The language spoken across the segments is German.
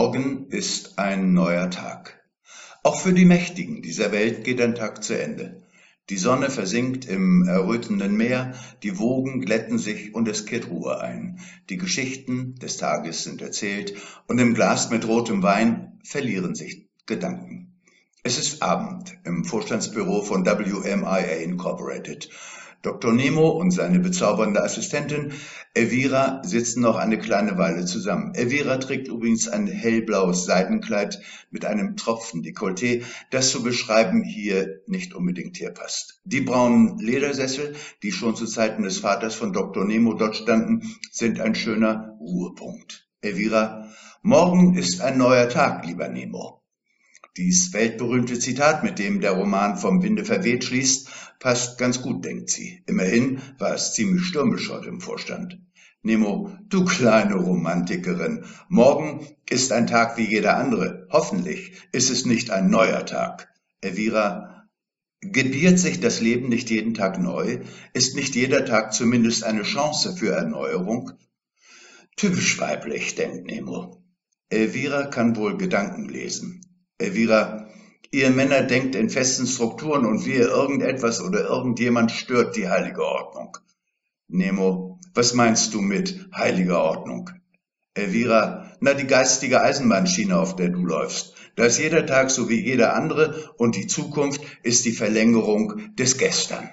Morgen ist ein neuer Tag. Auch für die Mächtigen dieser Welt geht ein Tag zu Ende. Die Sonne versinkt im errötenden Meer, die Wogen glätten sich und es kehrt Ruhe ein. Die Geschichten des Tages sind erzählt und im Glas mit rotem Wein verlieren sich Gedanken. Es ist Abend im Vorstandsbüro von WMIA Incorporated. Dr. Nemo und seine bezaubernde Assistentin Elvira sitzen noch eine kleine Weile zusammen. Elvira trägt übrigens ein hellblaues Seidenkleid mit einem Tropfen Dekolleté, das zu beschreiben hier nicht unbedingt hier passt. Die braunen Ledersessel, die schon zu Zeiten des Vaters von Dr. Nemo dort standen, sind ein schöner Ruhepunkt. Elvira: Morgen ist ein neuer Tag, lieber Nemo. Dies weltberühmte Zitat, mit dem der Roman Vom Winde verweht schließt, passt ganz gut, denkt sie. Immerhin war es ziemlich stürmisch heute im Vorstand. Nemo: Du kleine Romantikerin, morgen ist ein Tag wie jeder andere. Hoffentlich ist es nicht ein neuer Tag. Elvira: Gebiert sich das Leben nicht jeden Tag neu? Ist nicht jeder Tag zumindest eine Chance für Erneuerung? Typisch weiblich, denkt Nemo. Elvira kann wohl Gedanken lesen. Elvira: Ihr Männer denkt in festen Strukturen und wir irgendetwas oder irgendjemand stört die heilige Ordnung. Nemo: Was meinst du mit heiliger Ordnung? Elvira: Na, die geistige Eisenbahnschiene, auf der du läufst. Da ist jeder Tag so wie jeder andere und die Zukunft ist die Verlängerung des Gestern.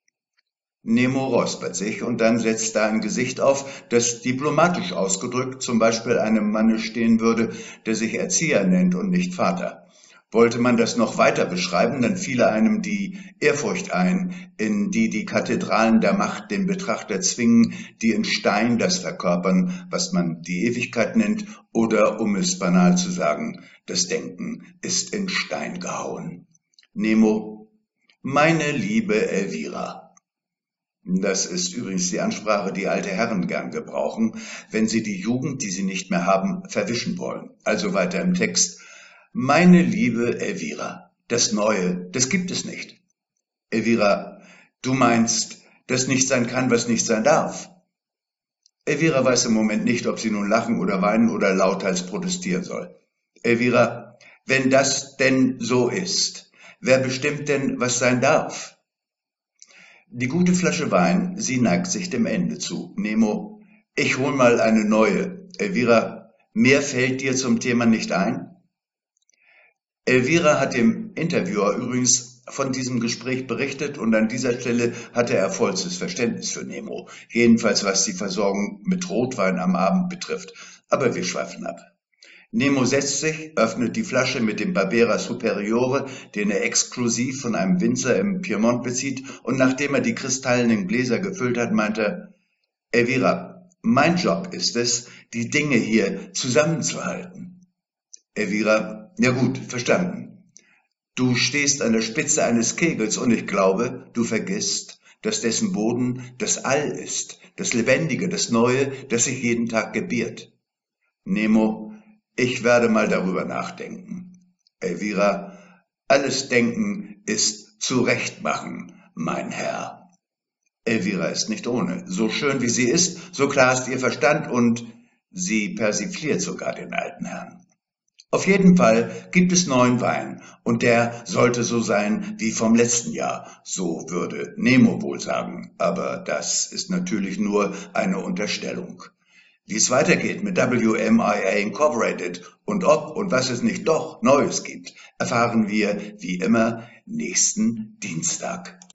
Nemo räuspert sich und dann setzt er ein Gesicht auf, das diplomatisch ausgedrückt zum Beispiel einem Manne stehen würde, der sich Erzieher nennt und nicht Vater. Wollte man das noch weiter beschreiben, dann fiele einem die Ehrfurcht ein, in die die Kathedralen der Macht den Betrachter zwingen, die in Stein das verkörpern, was man die Ewigkeit nennt, oder, um es banal zu sagen, das Denken ist in Stein gehauen. Nemo: Meine liebe Elvira. Das ist übrigens die Ansprache, die alte Herren gern gebrauchen, wenn sie die Jugend, die sie nicht mehr haben, verwischen wollen. Also weiter im Text. Meine liebe Elvira, das Neue, das gibt es nicht. Elvira: Du meinst, dass nicht sein kann, was nicht sein darf? Elvira weiß im Moment nicht, ob sie nun lachen oder weinen oder lauthals protestieren soll. Elvira: Wenn das denn so ist, wer bestimmt denn, was sein darf? Die gute Flasche Wein, sie neigt sich dem Ende zu. Nemo: Ich hol mal eine neue. Elvira: Mehr fällt dir zum Thema nicht ein? Elvira hat dem Interviewer übrigens von diesem Gespräch berichtet und an dieser Stelle hatte er vollstes Verständnis für Nemo, jedenfalls was die Versorgung mit Rotwein am Abend betrifft. Aber wir schweifen ab. Nemo setzt sich, öffnet die Flasche mit dem Barbera Superiore, den er exklusiv von einem Winzer im Piemont bezieht, und nachdem er die kristallenen Gläser gefüllt hat, meint er: Elvira, mein Job ist es, die Dinge hier zusammenzuhalten. Elvira: Ja gut, verstanden. Du stehst an der Spitze eines Kegels und ich glaube, du vergisst, dass dessen Boden das All ist, das Lebendige, das Neue, das sich jeden Tag gebiert. Nemo: Ich werde mal darüber nachdenken. Elvira: Alles Denken ist Zurechtmachen, mein Herr. Elvira ist nicht ohne. So schön wie sie ist, so klar ist ihr Verstand und sie persifliert sogar den alten Herrn. Auf jeden Fall gibt es neuen Wein und der sollte so sein wie vom letzten Jahr, so würde Nemo wohl sagen, aber das ist natürlich nur eine Unterstellung. Wie es weitergeht mit WMIA Incorporated und ob und was es nicht doch Neues gibt, erfahren wir wie immer nächsten Dienstag.